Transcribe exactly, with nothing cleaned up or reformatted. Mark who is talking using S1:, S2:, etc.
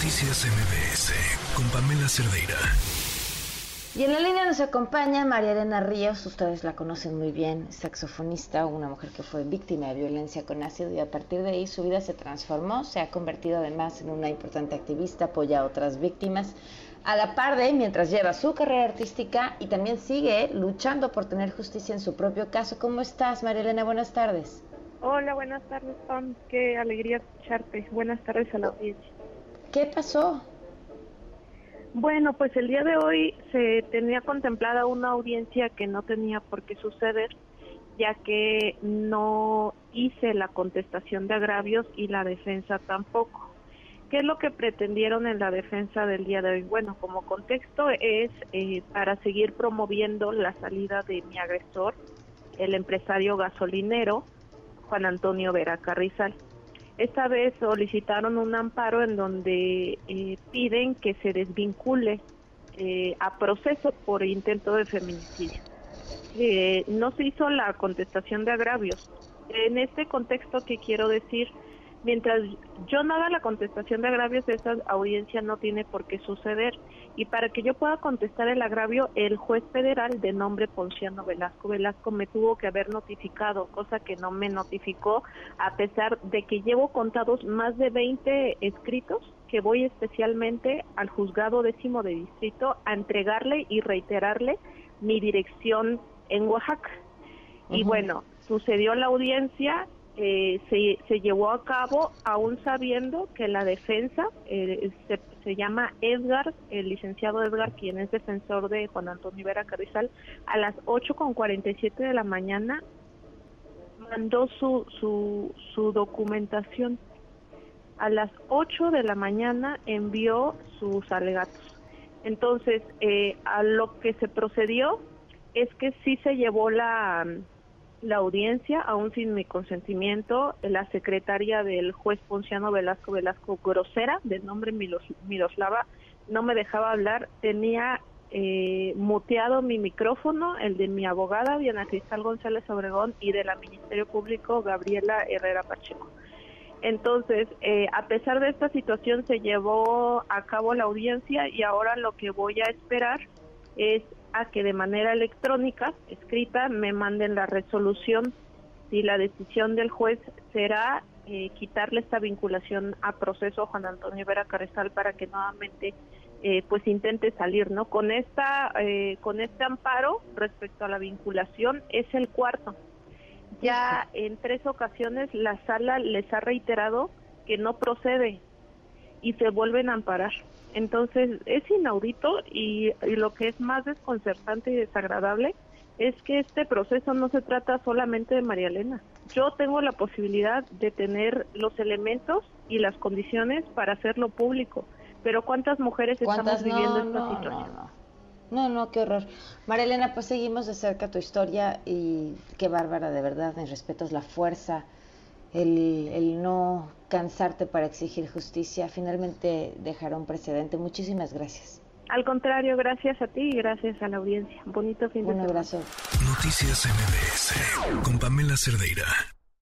S1: Noticias M B S con Pamela Cerdeira.
S2: Y en la línea nos acompaña María Elena Ríos, ustedes la conocen muy bien, saxofonista, una mujer que fue víctima de violencia con ácido y a partir de ahí su vida se transformó, se ha convertido además en una importante activista, apoya a otras víctimas, a la par de, mientras lleva su carrera artística y también sigue luchando por tener justicia en su propio caso. ¿Cómo estás, María Elena? Buenas tardes.
S3: Hola, buenas tardes, Pam. Qué alegría escucharte. Buenas tardes a la audiencia.
S2: ¿Qué pasó?
S3: Bueno, pues el día de hoy se tenía contemplada una audiencia que no tenía por qué suceder, ya que no hice la contestación de agravios y la defensa tampoco. ¿Qué es lo que pretendieron en la defensa del día de hoy? Bueno, como contexto es eh, para seguir promoviendo la salida de mi agresor, el empresario gasolinero Juan Antonio Vera Carrizal. Esta vez solicitaron un amparo en donde eh, piden que se desvincule eh, a proceso por intento de feminicidio. Eh, no se hizo la contestación de agravios. En este contexto, ¿qué quiero decir? Mientras yo no haga la contestación de agravios, esa audiencia no tiene por qué suceder. Y para que yo pueda contestar el agravio, el juez federal de nombre Ponciano Velasco Velasco me tuvo que haber notificado, cosa que no me notificó, a pesar de que llevo contados más de veinte escritos que voy especialmente al juzgado décimo de distrito a entregarle y reiterarle mi dirección en Oaxaca. Uh-huh. Y bueno, sucedió la audiencia. Eh, se, se llevó a cabo aún sabiendo que la defensa, eh, se, se llama Edgar, el licenciado Edgar, quien es defensor de Juan Antonio Vera Carrizal, a las ocho con cuarenta y siete de la mañana mandó su, su, su documentación. A las ocho de la mañana envió sus alegatos. Entonces, eh, a lo que se procedió es que sí se llevó la... la audiencia, aún sin mi consentimiento. La secretaria del juez Ponciano Velasco Velasco, grosera, de nombre Milos, Miroslava, no me dejaba hablar. Tenía eh, muteado mi micrófono, el de mi abogada, Diana Cristal González Obregón, y de la Ministerio Público, Gabriela Herrera Pacheco. Entonces, eh, a pesar de esta situación, se llevó a cabo la audiencia y ahora lo que voy a esperar es a que de manera electrónica, escrita, me manden la resolución. Si la decisión del juez será eh, quitarle esta vinculación a proceso a Juan Antonio Vera Carrizal para que nuevamente eh, pues intente salir, ¿no? Con esta eh, con este amparo respecto a la vinculación es el cuarto. Ya en tres ocasiones la sala les ha reiterado que no procede y se vuelven a amparar. Entonces es inaudito y, y lo que es más desconcertante y desagradable es que este proceso no se trata solamente de María Elena. Yo tengo la posibilidad de tener los elementos y las condiciones para hacerlo público, pero ¿cuántas mujeres
S2: ¿Cuántas?
S3: estamos viviendo
S2: no,
S3: esta
S2: no,
S3: situación?
S2: No, no, no, no, qué horror. María Elena, pues seguimos de cerca tu historia y qué bárbara, de verdad, mis respetos, la fuerza, El, el no cansarte para exigir justicia, finalmente dejará un precedente. Muchísimas gracias.
S3: Al contrario, gracias a ti y gracias a la audiencia. Bonito fin de semana.
S2: Un abrazo.
S1: Noticias M B S con Pamela Cerdeira.